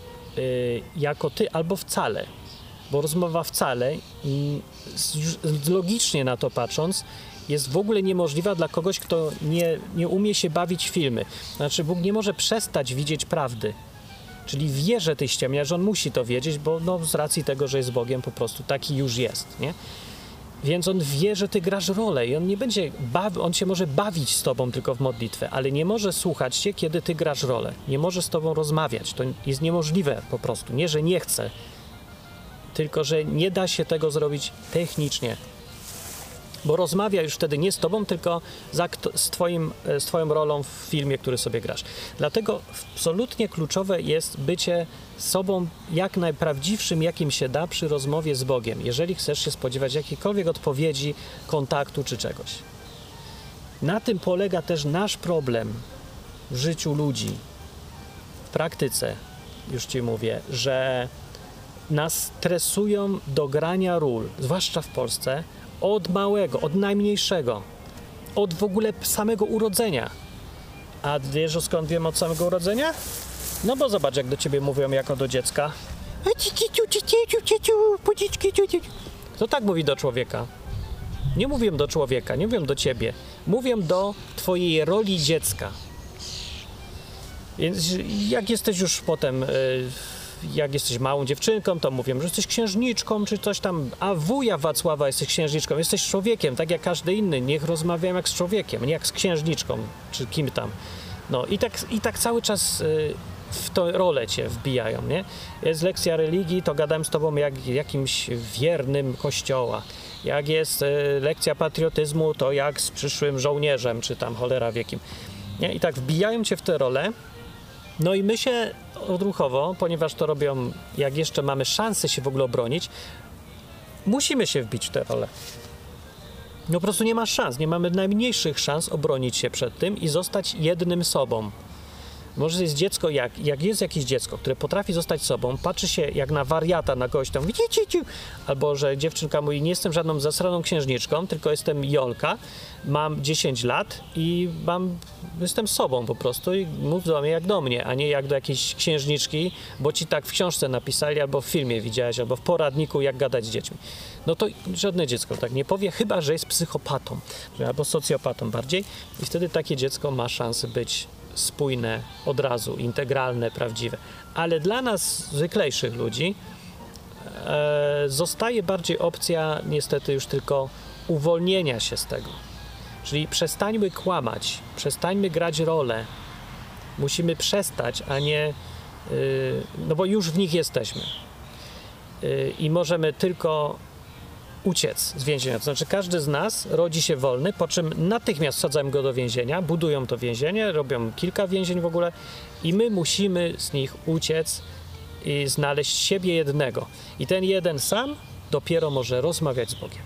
Speaker 1: Yy, jako ty, albo wcale, bo rozmowa wcale, yy, z, logicznie na to patrząc, jest w ogóle niemożliwa dla kogoś, kto nie, nie umie się bawić w filmy. Znaczy, Bóg nie może przestać widzieć prawdy, czyli wie, że ty ściemniasz, on musi to wiedzieć, bo no, z racji tego, że jest Bogiem, po prostu taki już jest, nie? Więc on wie, że ty grasz rolę i on nie będzie, bawi, on się może bawić z tobą tylko w modlitwę, ale nie może słuchać cię, kiedy ty grasz rolę. Nie może z tobą rozmawiać. To jest niemożliwe po prostu. Nie, że nie chce, tylko że nie da się tego zrobić technicznie. Bo rozmawia już wtedy nie z tobą, tylko z, twoim, z twoją rolą w filmie, który sobie grasz. Dlatego absolutnie kluczowe jest bycie sobą jak najprawdziwszym, jakim się da przy rozmowie z Bogiem, jeżeli chcesz się spodziewać jakiejkolwiek odpowiedzi, kontaktu czy czegoś. Na tym polega też nasz problem w życiu ludzi, w praktyce, już ci mówię, że nas stresują do grania ról, zwłaszcza w Polsce, od małego, od najmniejszego, od w ogóle samego urodzenia. A wiesz, skąd wiem od samego urodzenia? No bo zobacz, jak do ciebie mówią jako do dziecka. Kto tak mówi do człowieka? Nie mówią do człowieka, nie mówią do ciebie. Mówią do twojej roli dziecka. Więc jak jesteś już potem... jak jesteś małą dziewczynką, to mówię, że jesteś księżniczką, czy coś tam, a wuja Wacława jesteś księżniczką, jesteś człowiekiem, tak jak każdy inny, niech rozmawiam jak z człowiekiem, nie jak z księżniczką, czy kim tam. No i tak, i tak cały czas y, w tę rolę cię wbijają, nie? Jest lekcja religii, to gadałem z tobą jak jakimś wiernym kościoła. Jak jest y, lekcja patriotyzmu, to jak z przyszłym żołnierzem, czy tam cholera wie kim. Nie? I tak wbijają cię w tę rolę. No i my się odruchowo, ponieważ to robią, jak jeszcze mamy szansę się w ogóle obronić, musimy się wbić w tę rolę. No po prostu nie ma szans, nie mamy najmniejszych szans obronić się przed tym i zostać jednym sobą. Może jest dziecko, jak, jak jest jakieś dziecko, które potrafi zostać sobą, patrzy się jak na wariata, na kogoś tam, albo że dziewczynka mówi, nie jestem żadną zasraną księżniczką, tylko jestem Jolka, mam dziesięć lat i mam, jestem sobą po prostu i mów do mnie jak do mnie, a nie jak do jakiejś księżniczki, bo ci tak w książce napisali, albo w filmie widziałeś, albo w poradniku, jak gadać z dziećmi. No to żadne dziecko tak nie powie, chyba że jest psychopatą, albo socjopatą bardziej i wtedy takie dziecko ma szansę być spójne od razu, integralne, prawdziwe. Ale dla nas, zwyklejszych ludzi, e, zostaje bardziej opcja niestety już tylko uwolnienia się z tego. Czyli przestańmy kłamać, przestańmy grać rolę. Musimy przestać, a nie... Y, no bo już w nich jesteśmy. Y, I możemy tylko uciec z więzienia. To znaczy każdy z nas rodzi się wolny, po czym natychmiast wsadzają go do więzienia, budują to więzienie, robią kilka więzień w ogóle i my musimy z nich uciec i znaleźć siebie jednego. I ten jeden sam dopiero może rozmawiać z Bogiem.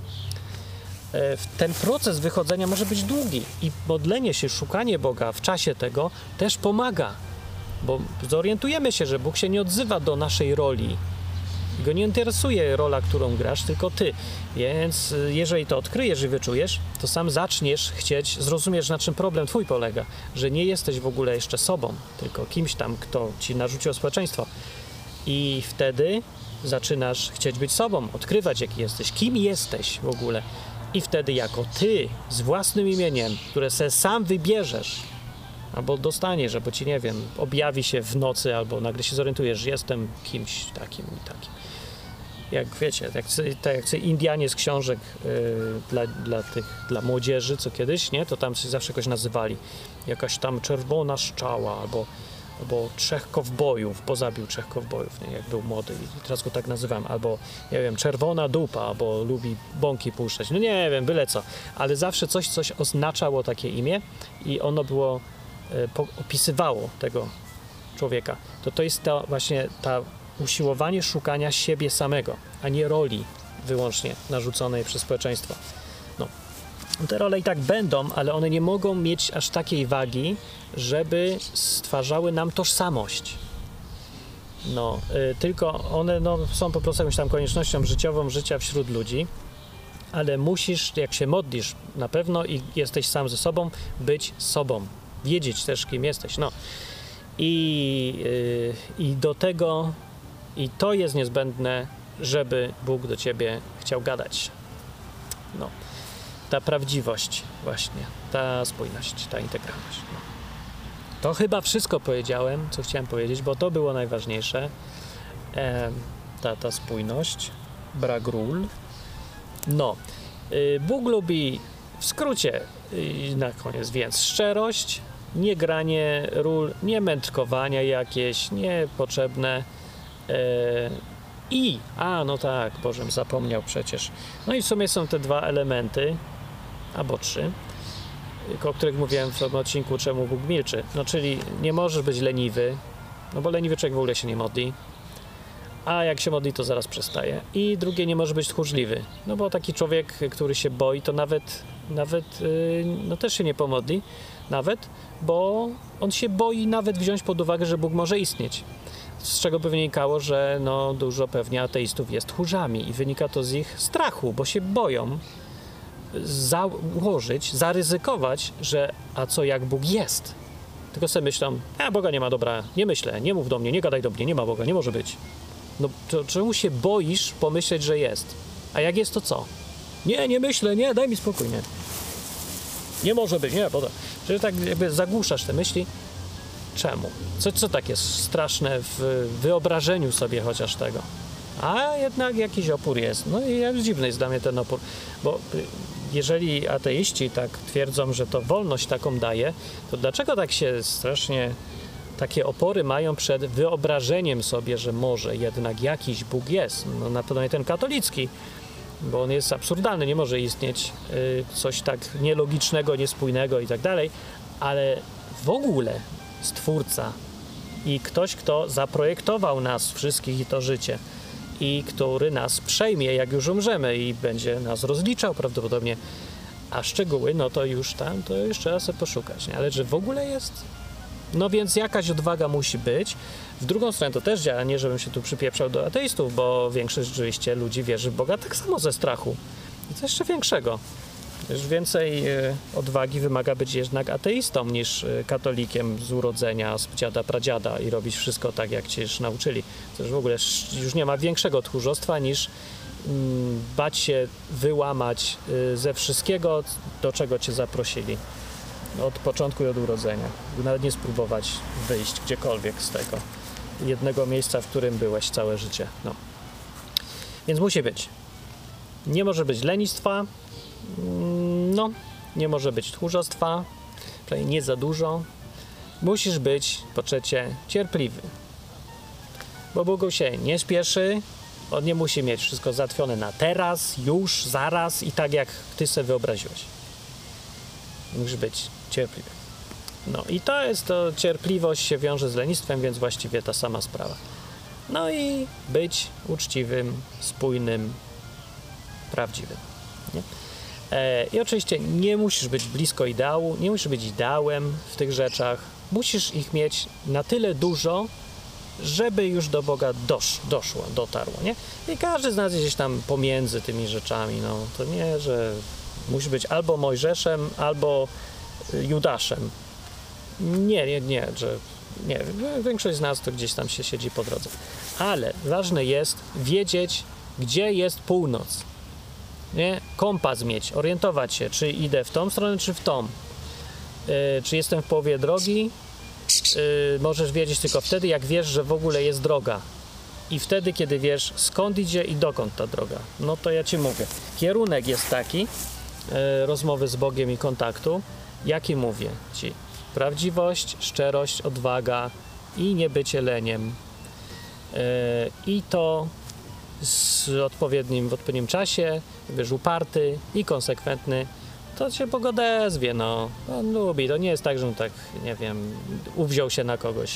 Speaker 1: Ten proces wychodzenia może być długi i modlenie się, szukanie Boga w czasie tego też pomaga, bo zorientujemy się, że Bóg się nie odzywa do naszej roli. Go nie interesuje rola, którą grasz, tylko ty. Więc jeżeli to odkryjesz i wyczujesz, to sam zaczniesz chcieć, zrozumiesz, na czym problem twój polega, że nie jesteś w ogóle jeszcze sobą, tylko kimś tam, kto ci narzucił społeczeństwo. I wtedy zaczynasz chcieć być sobą, odkrywać, jaki jesteś, kim jesteś w ogóle. I wtedy jako ty z własnym imieniem, które se sam wybierzesz, albo dostaniesz, albo ci, nie wiem, objawi się w nocy, albo nagle się zorientujesz, że jestem kimś takim i takim. Jak wiecie, jak, tak jak Indianie z książek yy, dla, dla tych, dla młodzieży, co kiedyś, nie, to tam się zawsze jakoś nazywali. Jakaś tam czerwona szczała, albo, albo trzech kowbojów, bo zabił trzech kowbojów, nie, jak był młody i teraz go tak nazywam. Albo, nie wiem, czerwona dupa, bo lubi bąki puszczać. No nie wiem, byle co. Ale zawsze coś, coś oznaczało takie imię i ono było, yy, po, opisywało tego człowieka. To to jest ta właśnie ta usiłowanie szukania siebie samego, a nie roli wyłącznie narzuconej przez społeczeństwo. No. Te role i tak będą, ale one nie mogą mieć aż takiej wagi, żeby stwarzały nam tożsamość. No, y, tylko one no, są po prostu jakąś tam koniecznością życiową życia wśród ludzi, ale musisz, jak się modlisz na pewno i jesteś sam ze sobą, być sobą. Wiedzieć też, kim jesteś. No. I, yy, i do tego i to jest niezbędne, żeby Bóg do ciebie chciał gadać. No. Ta prawdziwość właśnie, ta spójność, ta integralność. No. To chyba wszystko powiedziałem, co chciałem powiedzieć, bo to było najważniejsze. E, ta, ta spójność, brak ról. No. Yy, Bóg lubi, w skrócie, yy, na koniec, więc szczerość, nie granie ról, nie mędrkowania jakieś, niepotrzebne. Yy, I, a no tak, Bożem zapomniał przecież. No i w sumie są te dwa elementy, albo trzy, o których mówiłem w tym odcinku, czemu Bóg milczy. No czyli nie możesz być leniwy, no bo leniwy człowiek w ogóle się nie modli, a jak się modli, to zaraz przestaje. I drugie, nie może być tchórzliwy, no bo taki człowiek, który się boi, to nawet, nawet yy, no też się nie pomodli, nawet, bo on się boi nawet wziąć pod uwagę, że Bóg może istnieć. Z czego by wynikało, że no dużo pewnie ateistów jest tchórzami i wynika to z ich strachu, bo się boją założyć, zaryzykować, że a co jak Bóg jest? Tylko sobie myślą, a Boga nie ma, dobra, nie myślę, nie mów do mnie, nie gadaj do mnie, nie ma Boga, nie może być. No to czemu się boisz pomyśleć, że jest? A jak jest, to co? Nie, nie myślę, nie, daj mi spokój, nie. Nie może być, nie, bo to, że tak jakby zagłuszasz te myśli. Czemu? Co, co tak jest straszne w wyobrażeniu sobie chociaż tego? A jednak jakiś opór jest. No i jak dziwny jest dla mnie ten opór, bo jeżeli ateiści tak twierdzą, że to wolność taką daje, to dlaczego tak się strasznie takie opory mają przed wyobrażeniem sobie, że może jednak jakiś Bóg jest? No na pewno nie ten katolicki, bo on jest absurdalny, nie może istnieć y, coś tak nielogicznego, niespójnego i tak dalej, ale w ogóle Stwórca i ktoś, kto zaprojektował nas wszystkich i to życie i który nas przejmie, jak już umrzemy i będzie nas rozliczał prawdopodobnie, a szczegóły, no to już tam, to już trzeba sobie poszukać, nie? Ale że w ogóle jest? No więc jakaś odwaga musi być. W drugą stronę to też działa, nie żebym się tu przypieprzał do ateistów, bo większość rzeczywiście ludzi wierzy w Boga tak samo ze strachu. I to jeszcze większego. Już więcej y, odwagi wymaga być jednak ateistą niż y, katolikiem z urodzenia, z dziada, pradziada i robić wszystko tak, jak cię już nauczyli. To już w ogóle już nie ma większego tchórzostwa niż y, bać się wyłamać y, ze wszystkiego, do czego cię zaprosili. Od początku i od urodzenia. Nawet nie spróbować wyjść gdziekolwiek z tego jednego miejsca, w którym byłeś całe życie. No. Więc musi być. Nie może być lenistwa, no, nie może być tchórzostwa, przynajmniej nie za dużo. Musisz być, po trzecie, cierpliwy. Bo Bogu się nie spieszy, on nie musi mieć wszystko załatwione na teraz, już, zaraz i tak, jak ty sobie wyobraziłeś. Musisz być cierpliwy. No i to jest to, cierpliwość się wiąże z lenistwem, więc właściwie ta sama sprawa. No i być uczciwym, spójnym, prawdziwym. Nie? E, I oczywiście nie musisz być blisko ideału, nie musisz być ideałem w tych rzeczach. Musisz ich mieć na tyle dużo, żeby już do Boga dosz, doszło, dotarło, nie? I każdy z nas jest gdzieś tam pomiędzy tymi rzeczami, no. To nie, że musi być albo Mojżeszem, albo Judaszem. Nie, nie, nie, że nie, większość z nas to gdzieś tam się siedzi po drodze. Ale ważne jest wiedzieć, gdzie jest północ. nie? Kompas mieć, orientować się, czy idę w tą stronę, czy w tą. Yy, czy jestem w połowie drogi? Yy, możesz wiedzieć tylko wtedy, jak wiesz, że w ogóle jest droga. I wtedy, kiedy wiesz, skąd idzie i dokąd ta droga. No to ja ci mówię. Kierunek jest taki, yy, rozmowy z Bogiem i kontaktu, jaki mówię ci. Prawdziwość, szczerość, odwaga i niebycie leniem. Yy, I to z odpowiednim, w odpowiednim czasie, wiesz, uparty i konsekwentny, to się Bóg odezwie, no. On lubi, to nie jest tak, że on tak, nie wiem, uwziął się na kogoś.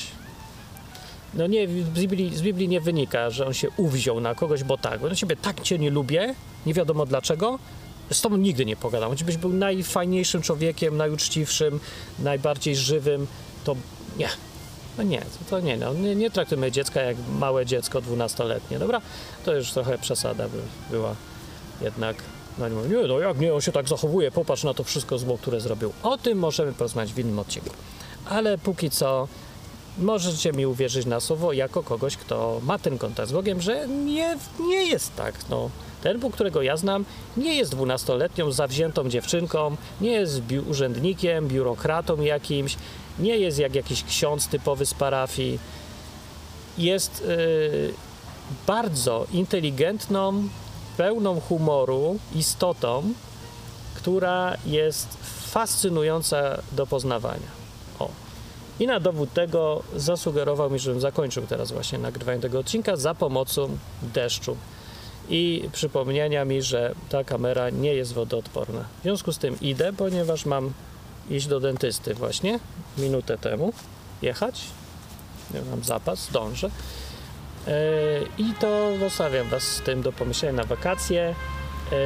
Speaker 1: No nie, z Biblii, z Biblii nie wynika, że on się uwziął na kogoś, bo tak, bo na ciebie tak cię nie lubię, nie wiadomo dlaczego, z tobą nigdy nie pogadam. Choćbyś był najfajniejszym człowiekiem, najuczciwszym, najbardziej żywym, to nie. No nie, to, to nie, no, nie, nie traktujmy dziecka jak małe dziecko dwunastoletnie, dobra? To już trochę przesada by była jednak. No nie, mówię, nie, no jak nie, on się tak zachowuje, popatrz na to wszystko zło, które zrobił. O tym możemy porozmawiać w innym odcinku. Ale póki co możecie mi uwierzyć na słowo jako kogoś, kto ma ten kontakt z Bogiem, że nie, nie jest tak, no. Ten Bóg, którego ja znam, nie jest dwunastoletnią, zawziętą dziewczynką, nie jest bi- urzędnikiem, biurokratą jakimś, nie jest jak jakiś ksiądz typowy z parafii. Jest yy, bardzo inteligentną, pełną humoru istotą, która jest fascynująca do poznawania. O. I na dowód tego zasugerował mi, żebym zakończył teraz właśnie nagrywanie tego odcinka za pomocą deszczu i przypomnienia mi, że ta kamera nie jest wodoodporna. W związku z tym idę, ponieważ mam iść do dentysty właśnie minutę temu, jechać, ja mam zapas, dążę. Yy, I to zostawiam was z tym do pomyślenia na wakacje. Yy,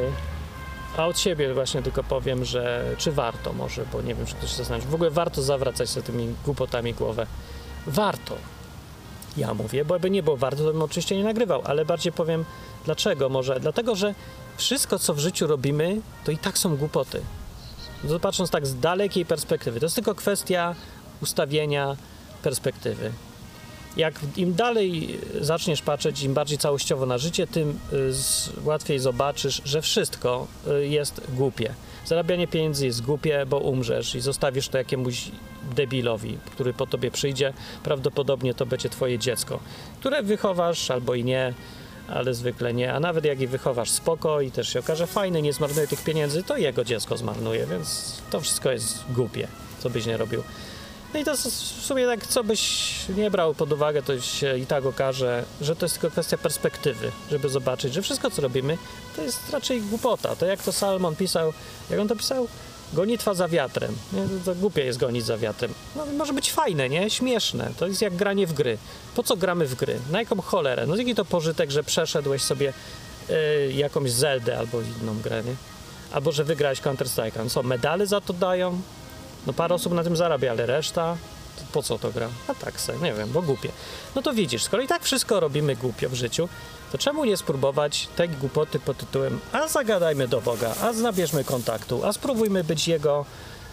Speaker 1: a od siebie właśnie tylko powiem, że czy warto może, bo nie wiem, czy ktoś się zastanawiać. W ogóle warto zawracać sobie tymi głupotami głowę. Warto. Ja mówię, bo jakby nie było warto, to bym oczywiście nie nagrywał, ale bardziej powiem dlaczego. Może dlatego, że wszystko, co w życiu robimy, to i tak są głupoty. No, patrząc tak z dalekiej perspektywy. To jest tylko kwestia ustawienia perspektywy. Jak im dalej zaczniesz patrzeć, im bardziej całościowo na życie, tym y, z, łatwiej zobaczysz, że wszystko y, jest głupie. Zarabianie pieniędzy jest głupie, bo umrzesz i zostawisz to jakiemuś debilowi, który po tobie przyjdzie. Prawdopodobnie to będzie twoje dziecko, które wychowasz albo i nie, ale zwykle nie. A nawet jak i wychowasz spoko i też się okaże fajny, nie zmarnuje tych pieniędzy, to jego dziecko zmarnuje, więc to wszystko jest głupie, co byś nie robił. No i to w sumie tak, co byś nie brał pod uwagę, to się i tak okaże, że to jest tylko kwestia perspektywy, żeby zobaczyć, że wszystko, co robimy, to jest raczej głupota. To jak to Salomon pisał, jak on to pisał? Gonitwa za wiatrem. Nie? To, to głupie jest gonić za wiatrem. No, może być fajne, nie? Śmieszne. To jest jak granie w gry. Po co gramy w gry? Na jaką cholerę? No jaki to pożytek, że przeszedłeś sobie y, jakąś Zeldę albo inną grę, nie? Albo że wygrałeś Counter-Strike'a. No co, medale za to dają? No parę osób na tym zarabia, ale reszta, po co to gra? A tak se, nie wiem, bo głupie. No to widzisz, skoro i tak wszystko robimy głupio w życiu, to czemu nie spróbować tej głupoty pod tytułem a zagadajmy do Boga, a nabierzmy kontaktu, a spróbujmy być Jego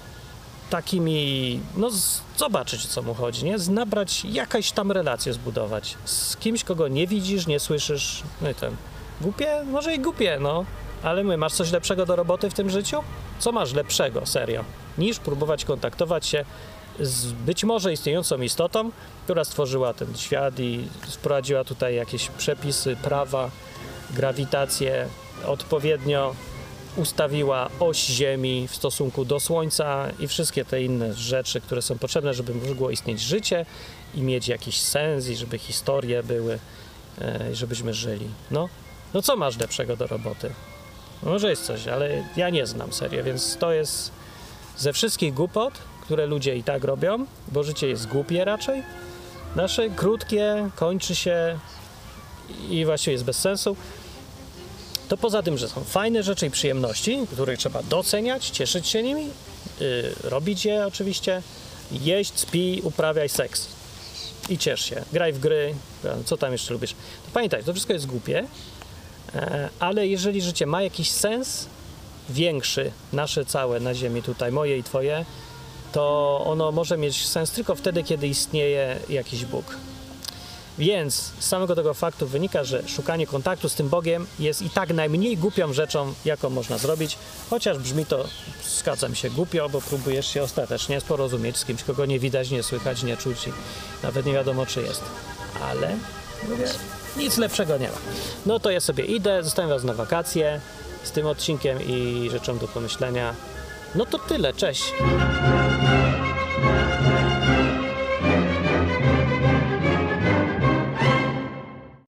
Speaker 1: takimi, no z, zobaczyć, o co mu chodzi, nie? Nabrać jakaś tam relację zbudować z kimś, kogo nie widzisz, nie słyszysz, no i ten. Głupie? Może i głupie, no. Ale my, masz coś lepszego do roboty w tym życiu? Co masz lepszego, serio, niż próbować kontaktować się z być może istniejącą istotą, która stworzyła ten świat i wprowadziła tutaj jakieś przepisy, prawa, grawitację, odpowiednio ustawiła oś Ziemi w stosunku do Słońca i wszystkie te inne rzeczy, które są potrzebne, żeby mogło istnieć życie i mieć jakiś sens i żeby historie były i żebyśmy żyli. No, no co masz lepszego do roboty? Może jest coś, ale ja nie znam serio, więc to jest ze wszystkich głupot, które ludzie i tak robią, bo życie jest głupie raczej, nasze krótkie, kończy się i właściwie jest bez sensu, to poza tym, że są fajne rzeczy i przyjemności, których trzeba doceniać, cieszyć się nimi, yy, robić je oczywiście, jeść, spij, uprawiaj seks i ciesz się, graj w gry, co tam jeszcze lubisz. To pamiętaj, to wszystko jest głupie, ale jeżeli życie ma jakiś sens większy, nasze całe na ziemi tutaj, moje i twoje, to ono może mieć sens tylko wtedy, kiedy istnieje jakiś Bóg. Więc z samego tego faktu wynika, że szukanie kontaktu z tym Bogiem jest i tak najmniej głupią rzeczą, jaką można zrobić, chociaż brzmi to, zgadzam się, głupio, bo próbujesz się ostatecznie porozumieć z kimś, kogo nie widać, nie słychać, nie czuć i nawet nie wiadomo, czy jest. Ale mówię, nic lepszego nie ma. No to ja sobie idę, zostawiam was na wakacje z tym odcinkiem i rzeczą do pomyślenia. No to tyle, cześć!